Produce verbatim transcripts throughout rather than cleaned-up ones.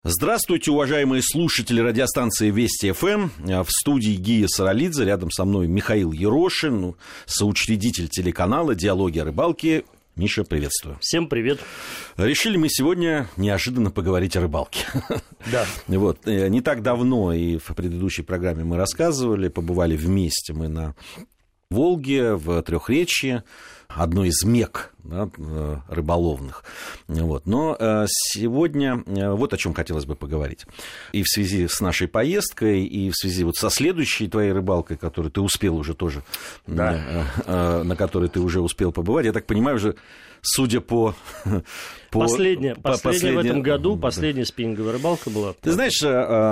Здравствуйте, уважаемые слушатели радиостанции Вести эф эм. В студии Гия Саралидзе, рядом со мной Михаил Ерошин, соучредитель телеканала «Диалоги о рыбалке». Миша, приветствую. Всем привет. Решили мы сегодня неожиданно поговорить о рыбалке. Да. Вот. Не так давно и в предыдущей программе мы рассказывали, побывали вместе мы на Волге, в Трехречье, одной из мек, да, рыболовных. Вот. Но сегодня вот о чем хотелось бы поговорить. И в связи с нашей поездкой, и в связи вот со следующей твоей рыбалкой, которую ты успел уже тоже, да. на, на которой ты уже успел побывать. Я так понимаю, уже, судя по... по последняя, по, последняя последняя... в этом году, последняя спиннинговая рыбалка была. Ты знаешь,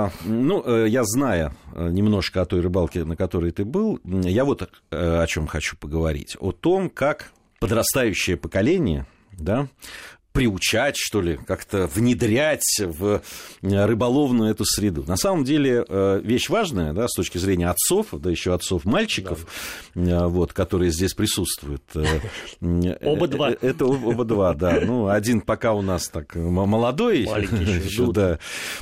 ну, я знаю немножко о той рыбалке, на которой ты был, я вот о чем хочу поговорить. О том, как подрастающее поколение, да, приучать, что ли, как-то внедрять в рыболовную эту среду. На самом деле вещь важная, да, с точки зрения отцов, да, еще отцов-мальчиков, да. Вот, которые здесь присутствуют. Оба два. Это оба два, да. Ну, один пока у нас так молодой, еще, да,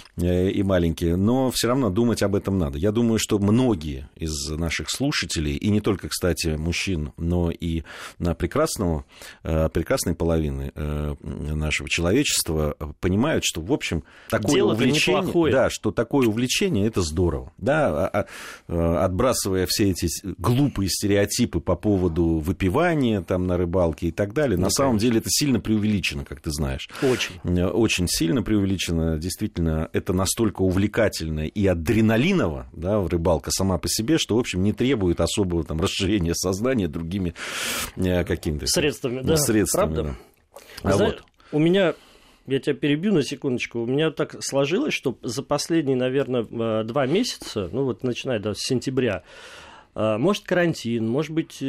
и маленький, но все равно думать об этом надо. Я думаю, что многие из наших слушателей, и не только, кстати, мужчин, но и на прекрасного, прекрасной половины нашего человечества понимают, что, в общем, такое дело-то увлечение, неплохое. Да, что такое увлечение, это здорово, да, отбрасывая все эти глупые стереотипы по поводу выпивания там на рыбалке и так далее. Ну, на конечно. Самом деле это сильно преувеличено, как ты знаешь. Очень. Очень сильно преувеличено, действительно, это настолько увлекательно и адреналиново, да, рыбалка сама по себе, что, в общем, не требует особого там расширения сознания другими какими-то средствами, да, средствами, правда? Да. А Знаешь, вот. У меня, я тебя перебью на секундочку, у меня так сложилось, что за последние, наверное, два месяца, ну вот начиная да, с сентября, может, карантин, может быть,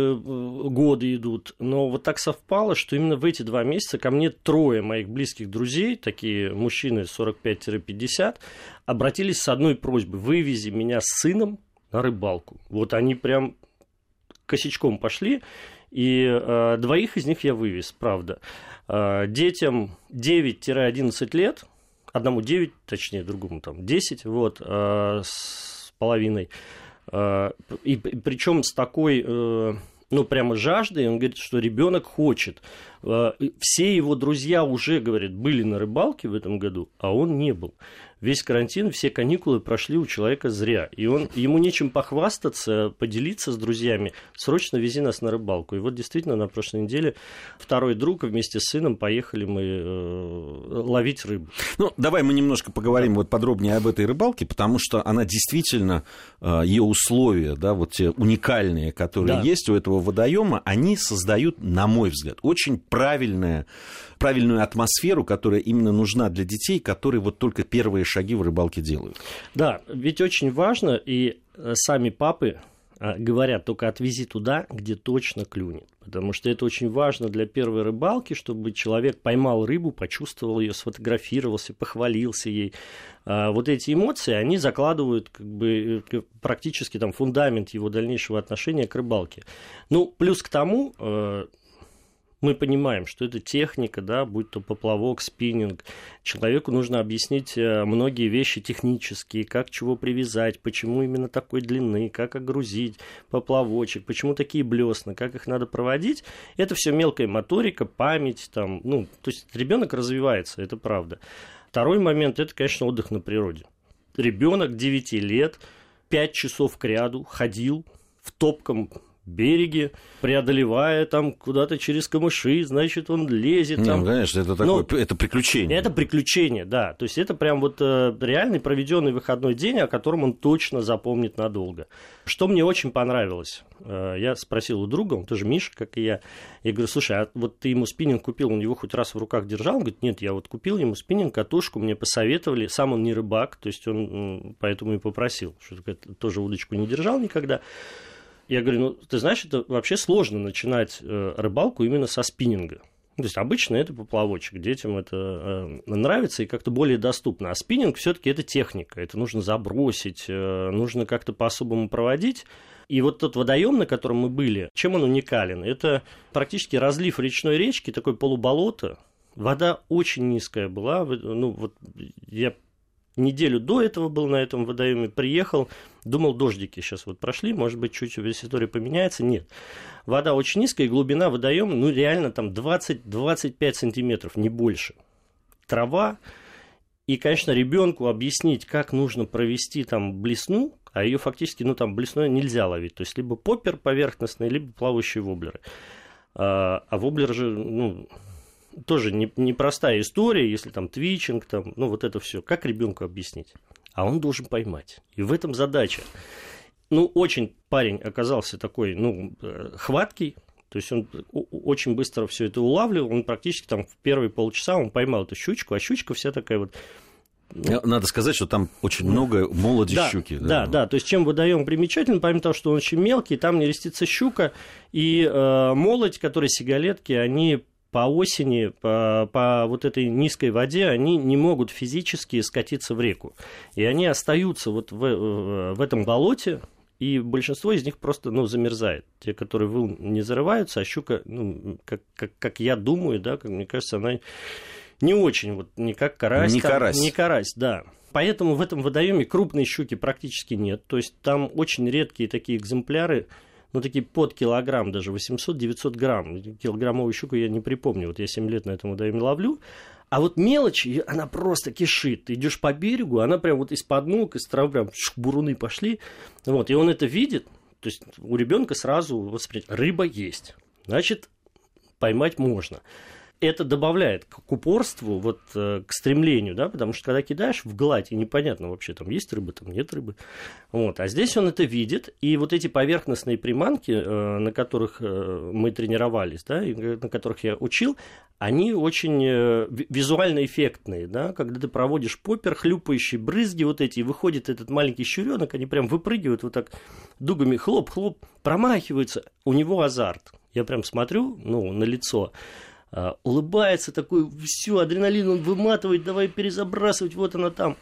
годы идут, но вот так совпало, что именно в эти два месяца ко мне трое моих близких друзей, такие мужчины сорок пять — пятьдесят, обратились с одной просьбой: вывези меня с сыном на рыбалку. Вот они прям косячком пошли. И э, двоих из них я вывез, правда. Э, детям девять-одиннадцать лет, одному девять, точнее, другому там десять, вот, э, с половиной. Э, и причем с такой, э, ну, прямо жаждой, он говорит, что ребенок хочет. Э, все его друзья уже, говорят, были на рыбалке в этом году, а он не был. Весь карантин, все каникулы прошли у человека зря. И он, ему нечем похвастаться, поделиться с друзьями. Срочно вези нас на рыбалку. И вот действительно на прошлой неделе второй друг вместе с сыном поехали мы э, ловить рыбу. Ну, давай мы немножко поговорим да. вот подробнее об этой рыбалке, потому что она действительно, э, ее условия, да, вот те уникальные, которые да. есть у этого водоема, они создают, на мой взгляд, очень правильное, правильную атмосферу, которая именно нужна для детей, которые вот только первые шаги в рыбалке делают. Да, ведь очень важно, и сами папы говорят, только отвези туда, где точно клюнет. Потому что это очень важно для первой рыбалки, чтобы человек поймал рыбу, почувствовал ее, сфотографировался, похвалился ей. Вот эти эмоции, они закладывают как бы практически там фундамент его дальнейшего отношения к рыбалке. Ну, плюс к тому... Мы понимаем, что это техника, да, будь то поплавок, спиннинг. Человеку нужно объяснить многие вещи технические, как чего привязать, почему именно такой длины, как огрузить поплавочек, почему такие блесна, как их надо проводить. Это все мелкая моторика, память, там, ну, то есть ребенок развивается, это правда. Второй момент – это, конечно, отдых на природе. Ребенок девяти лет, пять часов кряду ходил в топком береге, преодолевая там куда-то через камыши, значит, он лезет. Не, там. Ну, конечно, это такое, ну, это приключение. Это приключение, да. То есть это прям вот э, реальный проведенный выходной день, о котором он точно запомнит надолго. Что мне очень понравилось, э, я спросил у друга, он тоже Миша, как и я, я говорю, слушай, а вот ты ему спиннинг купил, он его хоть раз в руках держал? Он говорит, нет, я вот купил ему спиннинг, катушку, мне посоветовали, сам он не рыбак, то есть он поэтому и попросил, что тоже удочку не держал никогда. Я говорю, ну, ты знаешь, это вообще сложно начинать э, рыбалку именно со спиннинга. То есть обычно это поплавочек, детям это э, нравится и как-то более доступно. А спиннинг все-таки это техника, это нужно забросить, э, нужно как-то по-особому проводить. И вот тот водоем, на котором мы были, чем он уникален? Это практически разлив речной речки, такое полуболото, Вода очень низкая была. Ну, вот я неделю до этого был на этом водоеме, приехал, думал, дождики сейчас вот прошли, может быть, чуть-чуть вся история поменяется. Нет. Вода очень низкая, и глубина водоема, ну, реально там двадцать-двадцать пять сантиметров, не больше. Трава. И, конечно, ребенку объяснить, как нужно провести там блесну, а ее фактически, ну, там блесной нельзя ловить. То есть, либо поппер поверхностный, либо плавающие воблеры. А, а воблер же, ну, тоже не, непростая история, если там твичинг, там, ну, вот это все. Как ребенку объяснить? А он должен поймать. И в этом задача. Ну, очень парень оказался такой, ну, хваткий. То есть он очень быстро все это улавливал, он практически там в первые полчаса он поймал эту щучку, а щучка вся такая вот... Ну... Надо сказать, что там очень много молоди да, щуки. Да, да, да, то есть чем водоем примечателен, помимо того, что он очень мелкий, там не рестится щука, и э, молодь, которые сигалетки, они по осени, по, по вот этой низкой воде, они не могут физически скатиться в реку, и они остаются вот в, в этом болоте. И большинство из них просто, ну, замерзает. Те, которые в не зарываются, а щука, ну, как, как, как я думаю, да, как мне кажется, она не очень, вот, не как карась. Не там, карась. Не карась, да. Поэтому в этом водоеме крупной щуки практически нет. То есть там очень редкие такие экземпляры, ну, такие под килограмм, даже восемьсот-девятьсот грамм. Килограммовую щуку я не припомню. Вот я семь лет на этом водоеме ловлю. А вот мелочь, она просто кишит. Ты идешь по берегу, она прям вот из-под ног, из травы прям буруны пошли. Вот, и он это видит. То есть у ребенка сразу восприятие. Рыба есть. Значит, поймать можно. Это добавляет к упорству, вот, к стремлению, да, потому что когда кидаешь в гладь, и непонятно вообще, там есть рыба, там нет рыбы. Вот. А здесь он это видит, и вот эти поверхностные приманки, на которых мы тренировались, да, и на которых я учил, они очень визуально эффектные, да, когда ты проводишь поппер, хлюпающие брызги вот эти, и выходит этот маленький щуренок, они прям выпрыгивают вот так дугами, хлоп-хлоп, промахиваются, у него азарт. Я прям смотрю, ну, на лицо, Uh, улыбается такой, все, адреналин он выматывает, давай перезабрасывать, вот она там.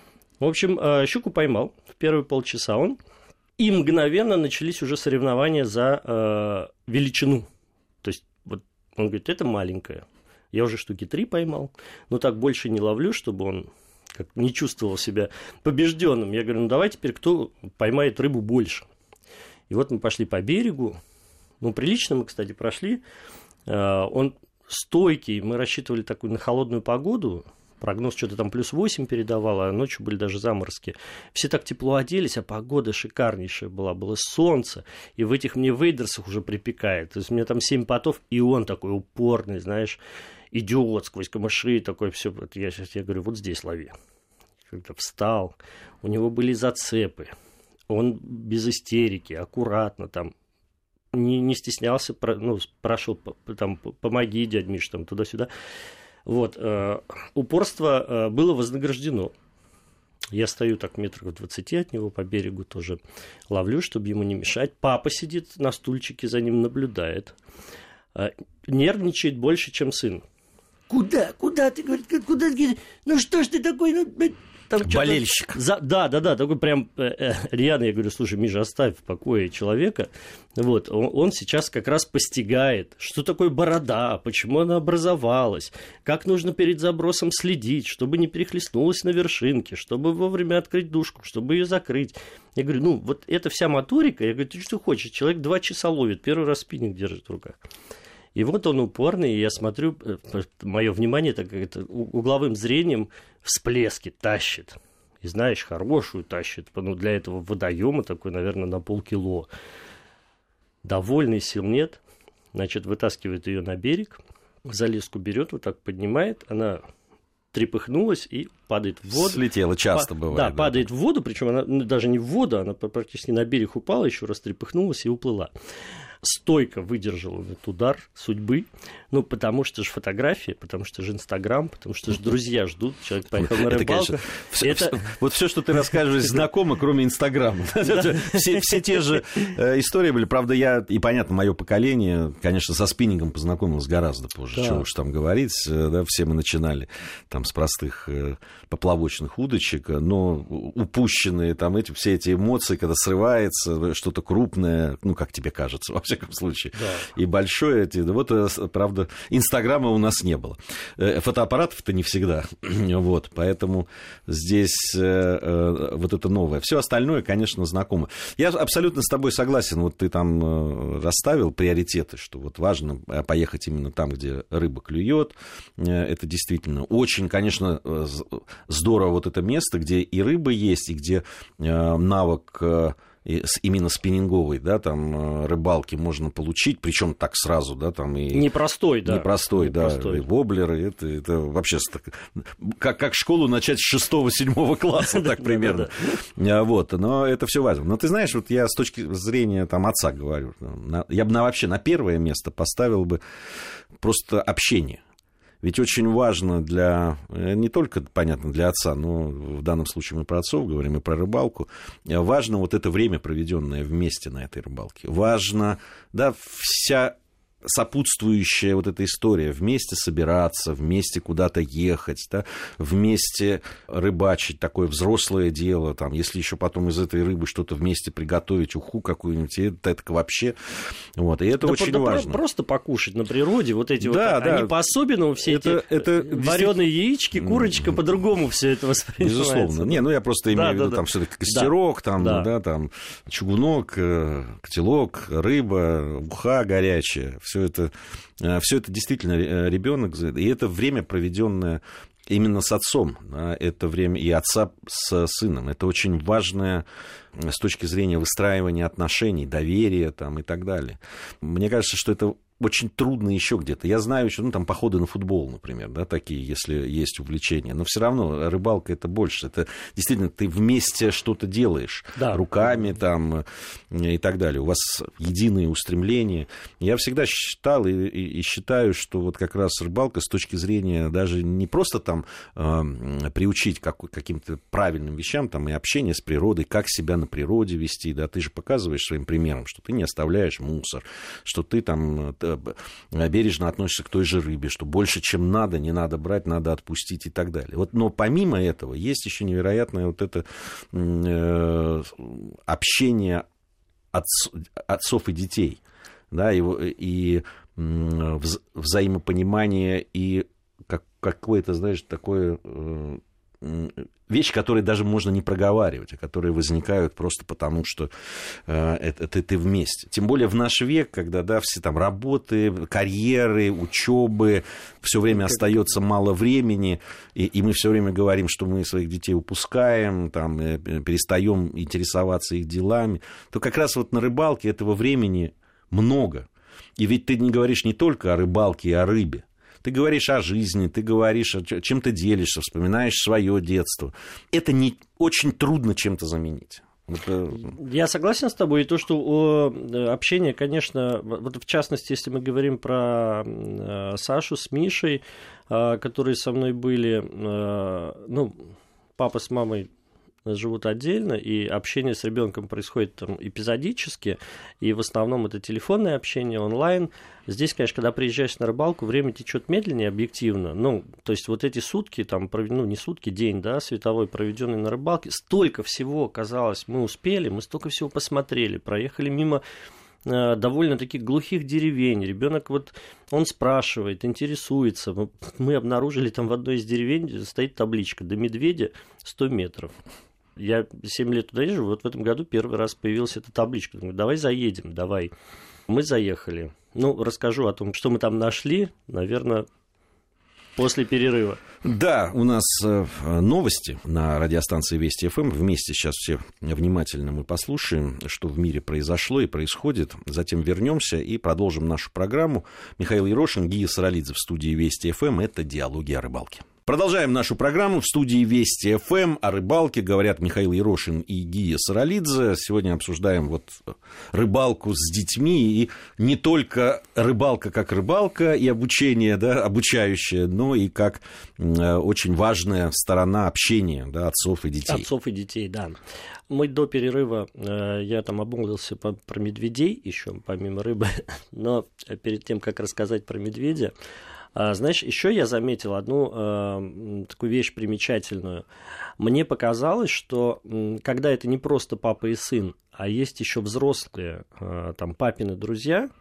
В общем, uh, щуку поймал в первые полчаса он, и мгновенно начались уже соревнования за uh, величину. То есть, вот он говорит, это маленькая. Я уже штуки три поймал, но так больше не ловлю, чтобы он как не чувствовал себя побежденным. Я говорю, ну давай теперь кто поймает рыбу больше. И вот мы пошли по берегу, ну прилично мы, кстати, прошли. Uh, он стойкий, мы рассчитывали такую на холодную погоду, прогноз что-то там плюс восемь передавал, а ночью были даже заморозки. Все так тепло оделись, а погода шикарнейшая была, было солнце, и в этих мне вейдерсах уже припекает. То есть у меня там семь потов, и он такой упорный, знаешь, идет сквозь камыши, такой все. Я сейчас я говорю, вот здесь лови. Как-то встал, у него были зацепы, он без истерики, аккуратно там. Не, не стеснялся, ну, спрашивал, там, помоги, дядь Миш, там, туда-сюда. Вот, э, упорство э, было вознаграждено. Я стою так метров двадцати от него по берегу, тоже ловлю, чтобы ему не мешать. Папа сидит на стульчике, за ним наблюдает. Э, нервничает больше, чем сын. Куда? Куда? Ты, говорит, куда? Ну что ж ты такой... Ну, там болельщик. За... Да, да, да, такой прям э, э, рьяный. Я говорю, слушай, Миша, оставь в покое человека. Вот, он, он сейчас как раз постигает, что такое борода, почему она образовалась, как нужно перед забросом следить, чтобы не перехлестнулась на вершинке, чтобы вовремя открыть дужку, чтобы ее закрыть. Я говорю, ну, вот это вся моторика. Я говорю, ты что хочешь? Человек два часа ловит, первый раз спиннинг держит в руках. И вот он упорный, и я смотрю, мое внимание так, это, угловым зрением всплески тащит. И знаешь, хорошую тащит. Ну, для этого водоема такой, наверное, на полкило. Довольный, сил нет. Значит, вытаскивает ее на берег, залезку берет, вот так поднимает, она трепыхнулась и падает в воду. Слетела, часто Па- бывает. Да, да, падает в воду, причем она ну, даже не в воду, она практически на берег упала, еще раз трепыхнулась и уплыла. Стойко выдержал этот удар судьбы, ну, потому что же фотография, потому что же Инстаграм, потому что же друзья ждут, человек поехал на рыбалку. Это, конечно, все, это... все, вот все, что ты рассказываешь, знакомо, кроме Инстаграма. Все, все те же истории были, правда, я, и понятно, мое поколение, конечно, со спиннингом познакомилось гораздо позже, да. Чего уж там говорить, да, все мы начинали там с простых поплавочных удочек, но упущенные там эти, все эти эмоции, когда срывается что-то крупное, ну, как тебе кажется, во всяком случае. Да. И большое, эти, вот, правда, Инстаграма у нас не было. Фотоаппаратов-то не всегда. Вот, поэтому здесь вот это новое. Все остальное, конечно, знакомо. Я абсолютно с тобой согласен. Вот ты там расставил приоритеты, что вот важно поехать именно там, где рыба клюет. Это действительно очень, конечно, здорово вот это место, где и рыба есть, и где навык именно спиннинговой, да, там рыбалки можно получить, причем так сразу, да, там и... Непростой, да. Непростой, Непростой. да, и воблеры, это, это вообще как, как школу начать с шестого-седьмого класса, так примерно. Вот, но это все важно. Но ты знаешь, вот я с точки зрения там отца говорю, я бы вообще на первое место поставил бы просто общение. Ведь очень важно для, не только, понятно, для отца, но в данном случае мы про отцов говорим и про рыбалку, важно вот это время, проведенное вместе на этой рыбалке. Важно, да, вся сопутствующая вот эта история, вместе собираться, вместе куда-то ехать, да, вместе рыбачить, такое взрослое дело, там, если еще потом из этой рыбы что-то вместе приготовить, уху какую-нибудь, это, это вообще, вот, и это да, очень да важно. Просто покушать на природе, вот эти да, вот, да. они по-особенному все это, эти это вареные яички, курочка, по-другому все это воспринимается. Безусловно. Не, ну я просто имею да, в виду, да, там да. все-таки костерок, да. там, да. Да, там чугунок, котелок, рыба, уха горячая. Все это, все это действительно ребенок, и это время, проведенное именно с отцом, да, это время и отца с сыном. Это очень важное с точки зрения выстраивания отношений, доверия там, и так далее. Мне кажется, что это очень трудно еще где-то. Я знаю еще, ну, там, походы на футбол, например, да, такие, если есть увлечения. Но все равно рыбалка — это больше. Это действительно ты вместе что-то делаешь. Да. Руками там и так далее. У вас единые устремления. Я всегда считал и, и, и считаю, что вот как раз рыбалка с точки зрения даже не просто там э, приучить как, каким-то правильным вещам, там, и общение с природой, как себя на природе вести, да, ты же показываешь своим примером, что ты не оставляешь мусор, что ты там бережно относишься к той же рыбе, что больше, чем надо, не надо брать, надо отпустить и так далее. Вот, но помимо этого есть еще невероятное вот это э, общение отц, отцов и детей, да, и, и э, вза, взаимопонимание и как, какое-то, знаешь, такое... Э, вещи, которые даже можно не проговаривать, а которые возникают просто потому, что э, это, это ты вместе. Тем более в наш век, когда, да, все там работы, карьеры, учебы, все время остается мало времени, и, и мы все время говорим, что мы своих детей упускаем, там, э, перестаем интересоваться их делами, то как раз вот на рыбалке этого времени много. И ведь ты не говоришь не только о рыбалке и о рыбе. Ты говоришь о жизни, ты говоришь, чем ты делишься, вспоминаешь свое детство. Это не очень трудно чем-то заменить. Это... Я согласен с тобой. И то, что общение, конечно, вот в частности, если мы говорим про Сашу с Мишей, которые со мной были, ну, папа с мамой живут отдельно, и общение с ребенком происходит там эпизодически, и в основном это телефонное общение, онлайн. Здесь, конечно, когда приезжаешь на рыбалку, время течет медленнее объективно. Ну, то есть вот эти сутки, там, ну, не сутки, день, да, световой, проведенный на рыбалке, столько всего, казалось, мы успели, мы столько всего посмотрели, проехали мимо довольно таких глухих деревень. Ребенок вот, он спрашивает, интересуется. Мы обнаружили там в одной из деревень стоит табличка «До медведя сто метров». Я семь лет туда езжу, вот в этом году первый раз появилась эта табличка. Думаю, давай заедем, давай. Мы заехали. Ну, расскажу о том, что мы там нашли, наверное, после перерыва. Да, у нас новости на радиостанции Вести эф эм. Вместе сейчас все внимательно мы послушаем, что в мире произошло и происходит. Затем вернемся и продолжим нашу программу. Михаил Ерошин, Гия Саралидзе в студии Вести эф эм. Это «Диалоги о рыбалке». Продолжаем нашу программу. В студии Вести эф эм о рыбалке говорят Михаил Ерошин и Гия Саралидзе. Сегодня обсуждаем вот рыбалку с детьми. И не только рыбалка как рыбалка и обучение, да, обучающее, но и как очень важная сторона общения, да, отцов и детей. Отцов и детей, да. Мы до перерыва, я там обмолвился про медведей еще, помимо рыбы. Но перед тем, как рассказать про медведя, А, знаешь, еще я заметил одну э, такую вещь примечательную. Мне показалось, что э, когда это не просто папа и сын, а есть еще взрослые, э, там, папины друзья,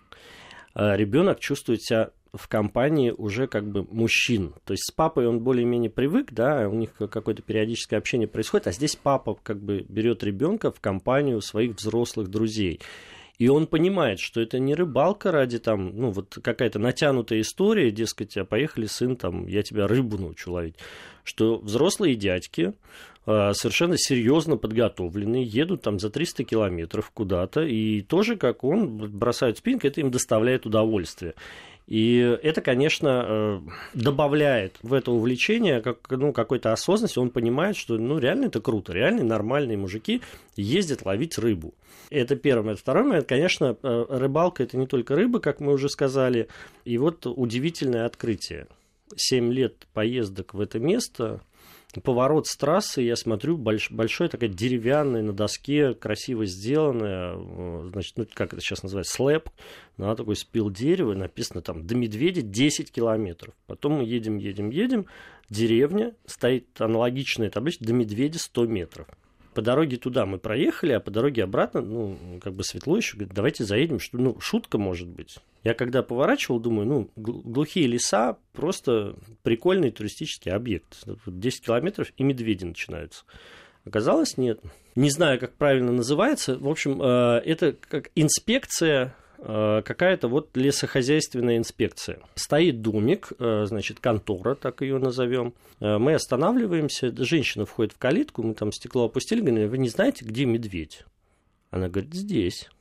э, ребенок чувствует себя в компании уже как бы мужчин. То есть с папой он более-менее привык, да, у них какое-то периодическое общение происходит, а здесь папа как бы берет ребенка в компанию своих взрослых друзей. И он понимает, что это не рыбалка ради там, ну, вот какая-то натянутая история, дескать, а поехали, сын, там, я тебя рыбу научу ловить. Что взрослые дядьки э, совершенно серьезно подготовленные, едут там за триста километров куда-то, и тоже, как он, бросают спиннинг, это им доставляет удовольствие. И это, конечно, добавляет в это увлечение как, ну, какой-то осознанности. Он понимает, что ну, реально это круто, реально нормальные мужики ездят ловить рыбу. Это первый момент. Второй момент, конечно, рыбалка – это не только рыба, как мы уже сказали. И вот удивительное открытие. Семь лет поездок в это место, поворот с трассы, я смотрю, больш, большое такая деревянная на доске, красиво сделанная, значит, ну, как это сейчас называется, слэп, на такой спил дерева, написано там «До Медведя десять километров». Потом мы едем, едем, едем, деревня, стоит аналогичная табличка «До Медведя сто метров». По дороге туда мы проехали, а по дороге обратно, ну, как бы светло еще, говорит, давайте заедем, что, ну, шутка может быть. Я когда поворачивал, думаю, ну, глухие леса, просто прикольный туристический объект. десять километров и медведи начинаются. Оказалось, нет. Не знаю, как правильно называется. В общем, это как инспекция, какая-то вот лесохозяйственная инспекция. Стоит домик, значит, контора, так ее назовем. Мы останавливаемся, женщина входит в калитку, мы там стекло опустили, говорим, вы не знаете, где медведь? Она говорит, здесь.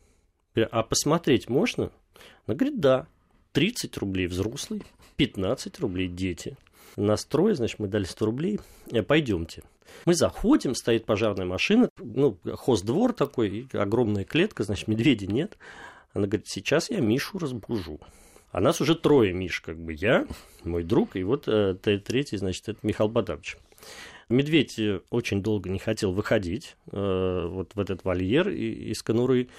А посмотреть можно? Она говорит, да. тридцать рублей взрослый, пятнадцать рублей дети. Нас трое, значит, мы дали сто рублей. Пойдемте. Мы заходим, стоит пожарная машина, ну, хоздвор такой, огромная клетка, значит, медведя нет. Она говорит, сейчас я Мишу разбужу. А нас уже трое Миш, как бы я, мой друг, и вот э, третий, значит, это Михаил Бадамович. Медведь очень долго не хотел выходить э, вот в этот вольер из конуры.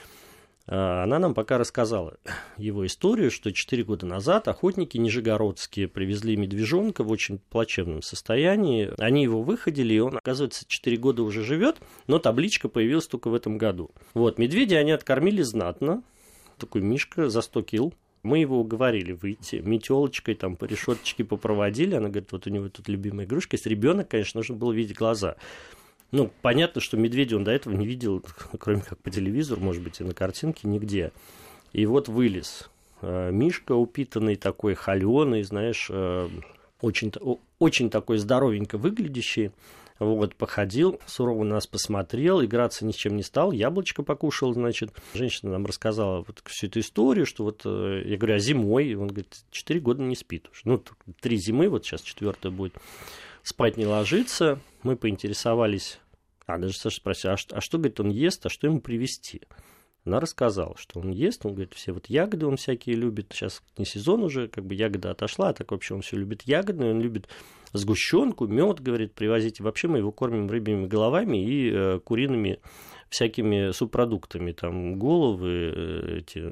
Э, она нам пока рассказала его историю, что четыре года назад охотники нижегородские привезли медвежонка в очень плачевном состоянии. Они его выходили, и он, оказывается, четыре года уже живет, но табличка появилась только в этом году. Вот, медведя они откормили знатно. Такой Мишка за сто килл. Мы его уговорили выйти, метелочкой там по решеточке попроводили. Она говорит, вот у него тут любимая игрушка. Если ребенок, конечно, нужно было видеть глаза. Ну, понятно, что медведя он до этого не видел, кроме как по телевизору, может быть, и на картинке, нигде. И вот вылез. Мишка упитанный такой, холеный, знаешь, очень, очень такой здоровенько выглядящий. Вот, походил, сурово нас посмотрел, играться ни с чем не стал, яблочко покушал, значит. Женщина нам рассказала вот всю эту историю, что вот, я говорю, а зимой? И он говорит, четыре года не спит уже. Ну, три зимы, вот сейчас четвертая будет, спать не ложится. Мы поинтересовались, а даже Саша спросил, а что, а что, говорит, он ест, а что ему привезти? Она рассказала, что он ест, он говорит, все вот ягоды он всякие любит, сейчас не сезон уже, как бы ягода отошла, а так вообще он все любит ягодные, он любит сгущенку, мед, говорит, привозите. Вообще мы его кормим рыбьими головами и э, куриными всякими субпродуктами, там головы, э, эти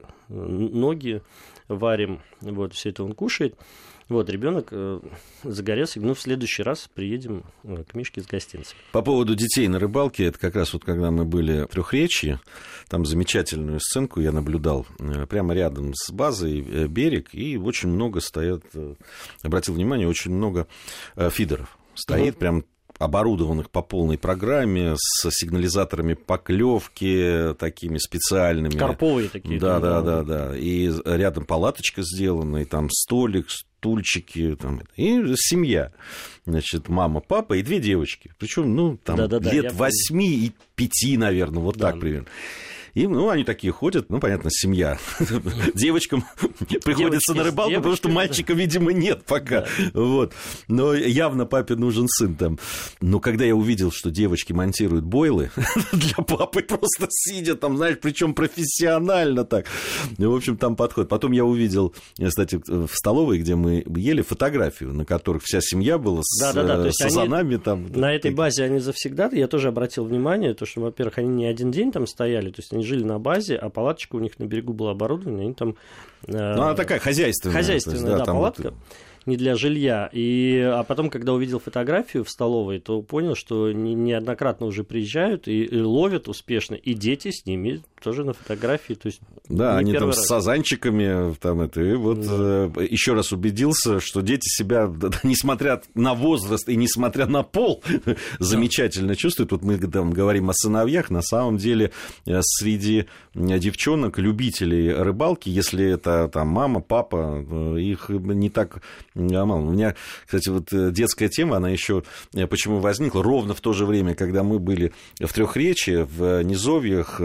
ноги варим, вот все это он кушает. Вот, ребенок э, загорелся, ну, в следующий раз приедем э, к Мишке с гостинцем. По поводу детей на рыбалке, это как раз вот когда мы были в Трехречье, там замечательную сценку я наблюдал, э, прямо рядом с базой э, берег, и очень много стоят, э, обратил внимание, очень много э, фидеров стоит, угу. Прям оборудованных по полной программе, с сигнализаторами поклевки такими специальными. Карповые такие. Да, да, да, да. И рядом палаточка сделана, и там столик, стульчики, там, и семья. Значит, мама, папа и две девочки. Причем, ну, там, да, да, да, лет восьми и пяти, наверное, вот да. Так примерно. И, ну, они такие ходят, ну, понятно, семья. Девочкам приходится на рыбалку, потому что мальчика, видимо, нет пока. Вот. Но явно папе нужен сын там. Но когда я увидел, что девочки монтируют бойлы для папы, просто сидя там, знаешь, причем профессионально так. В общем, там подход. Потом я увидел, кстати, в столовой, где мы ели, фотографию, на которых вся семья была с сазанами. На этой базе они завсегда, я тоже обратил внимание, то, что, во-первых, они не один день там стояли, то есть они жили на базе, а палаточка у них на берегу была оборудована, они там... Ну, она такая хозяйственная. Хозяйственная, есть, да, да, палатка. Вот... не для жилья. И, а потом, когда увидел фотографию в столовой, то понял, что не, неоднократно уже приезжают и, и ловят успешно, и дети с ними тоже на фотографии. То есть да, они там раз. с сазанчиками, там это, и вот да. э, еще раз убедился, что дети себя, несмотря на возраст и несмотря на пол, да. замечательно чувствуют. Вот мы там говорим о сыновьях, на самом деле среди девчонок, любителей рыбалки, если это там мама, папа, их не так мало. У меня, кстати, вот детская тема, она еще почему возникла? Ровно в то же время, когда мы были в Трехречье, в Низовьях,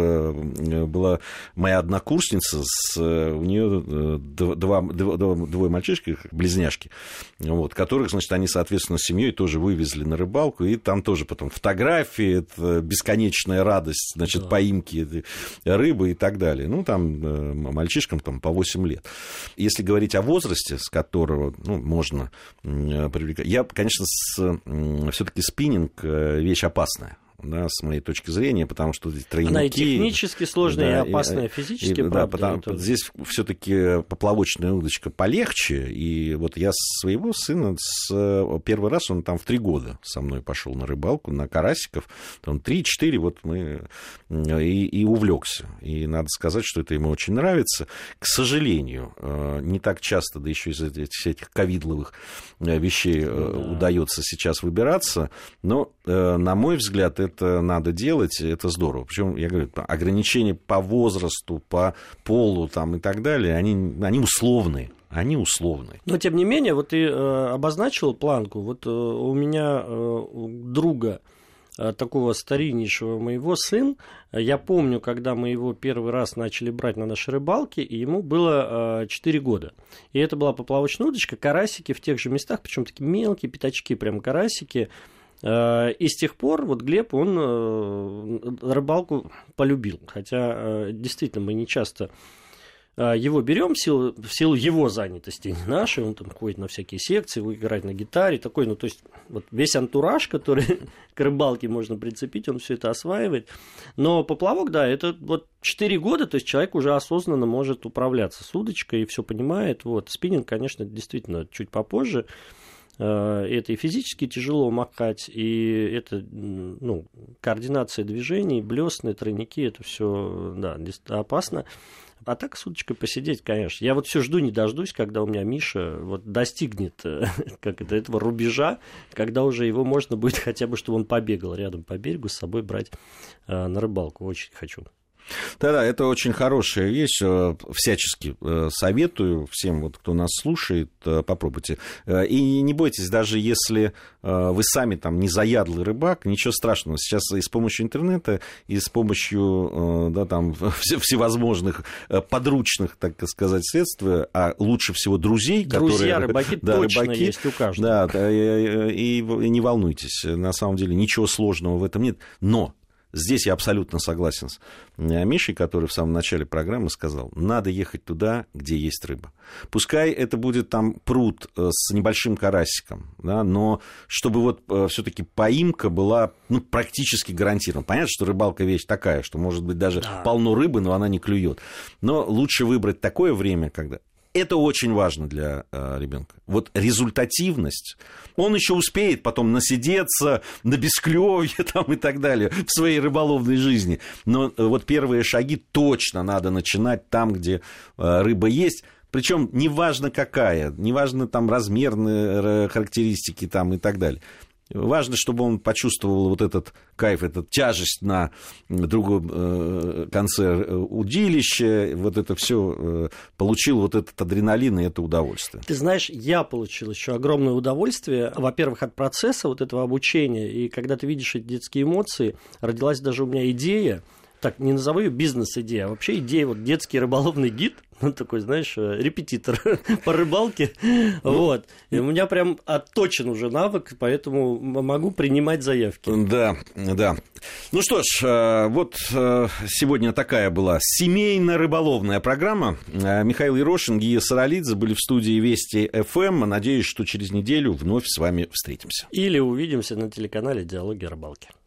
была моя однокурсница, с, у нее два, два, двое мальчишек, близняшки, вот, которых, значит, они, соответственно, с семьей тоже вывезли на рыбалку, и там тоже потом фотографии, это бесконечная радость, значит, да. поимки рыбы и так далее. Ну, там мальчишкам там, по восемь лет. Если говорить о возрасте, с которого ну, можно привлекать... Я, конечно, все-таки спиннинг вещь опасная. Да, с моей точки зрения, потому что тройники... Она и технически сложная, да, и опасная, и физически, и, правда. Да, потому, это... Здесь все-таки поплавочная удочка полегче, и вот я своего сына, с... первый раз он там в три года со мной пошел на рыбалку, на карасиков, там три-четыре, вот мы и, и увлекся. И надо сказать, что это ему очень нравится. К сожалению, не так часто, да еще из этих, этих ковидловых вещей да. удается сейчас выбираться, но, на мой взгляд, это это надо делать, это здорово. Причем, я говорю, ограничения по возрасту, по полу там, и так далее, они, они условные. Они условные. Но, тем не менее, вот ты э, обозначил планку. Вот э, у меня э, друга, э, такого стариннейшего моего сын, я помню, когда мы его первый раз начали брать на наши рыбалки, и ему было э, четыре года. И это была поплавочная удочка, карасики в тех же местах, причем такие мелкие пятачки, прям карасики. И с тех пор вот Глеб, он рыбалку полюбил, хотя действительно мы не часто его берем в силу, в силу его занятости, не нашей, он там ходит на всякие секции, играет на гитаре, такой, ну то есть вот весь антураж, который к рыбалке можно прицепить, он все это осваивает. Но поплавок, да, это вот четыре года, то есть человек уже осознанно может управляться с удочкой и все понимает. Вот. Спиннинг, конечно, действительно чуть попозже. Это и физически тяжело макать, и это ну, координация движений, блесны, тройники, это все да, опасно. А так с удочкой посидеть, конечно. Я вот все жду, не дождусь, когда у меня Миша вот достигнет как это, этого рубежа, когда уже его можно будет хотя бы, чтобы он побегал рядом по берегу, с собой брать на рыбалку. Очень хочу. Да-да, это очень хорошая вещь, всячески советую всем, вот, кто нас слушает, попробуйте. И не бойтесь, даже если вы сами там не заядлый рыбак, ничего страшного. Сейчас и с помощью интернета, и с помощью да, там, всевозможных подручных, так сказать, средств, а лучше всего друзей, Друзья, которые... рыбаки да, точно рыбаки, есть у каждого. Да, и, и не волнуйтесь, на самом деле ничего сложного в этом нет, но... Здесь я абсолютно согласен с Мишей, который в самом начале программы сказал, надо ехать туда, где есть рыба. Пускай это будет там пруд с небольшим карасиком, да, но чтобы вот все-таки поимка была ну, практически гарантирована. Понятно, что рыбалка вещь такая, что может быть даже да. полно рыбы, но она не клюет. Но лучше выбрать такое время, когда... Это очень важно для э, ребенка. Вот результативность. Он еще успеет потом насидеться на бесклёвье там, и так далее в своей рыболовной жизни. Но э, вот первые шаги точно надо начинать там, где э, рыба есть. Причем неважно какая, неважно там размерные характеристики там, и так далее. Важно, чтобы он почувствовал вот этот кайф, эту тяжесть на другом конце удилища, вот это все, получил вот этот адреналин и это удовольствие. Ты знаешь, я получил еще огромное удовольствие, во-первых, от процесса вот этого обучения, и когда ты видишь эти детские эмоции, родилась даже у меня идея, так, не назову ее бизнес-идея, а вообще идея, вот детский рыболовный гид, ну, такой, знаешь, репетитор по рыбалке, вот, и у меня прям отточен уже навык, поэтому могу принимать заявки. Да, да. Ну что ж, вот сегодня такая была семейно-рыболовная программа. Михаил Ерошин, Гия Саралидзе были в студии Вести эф эм. Надеюсь, что через неделю вновь с вами встретимся. Или увидимся на телеканале «Диалоги о рыбалке».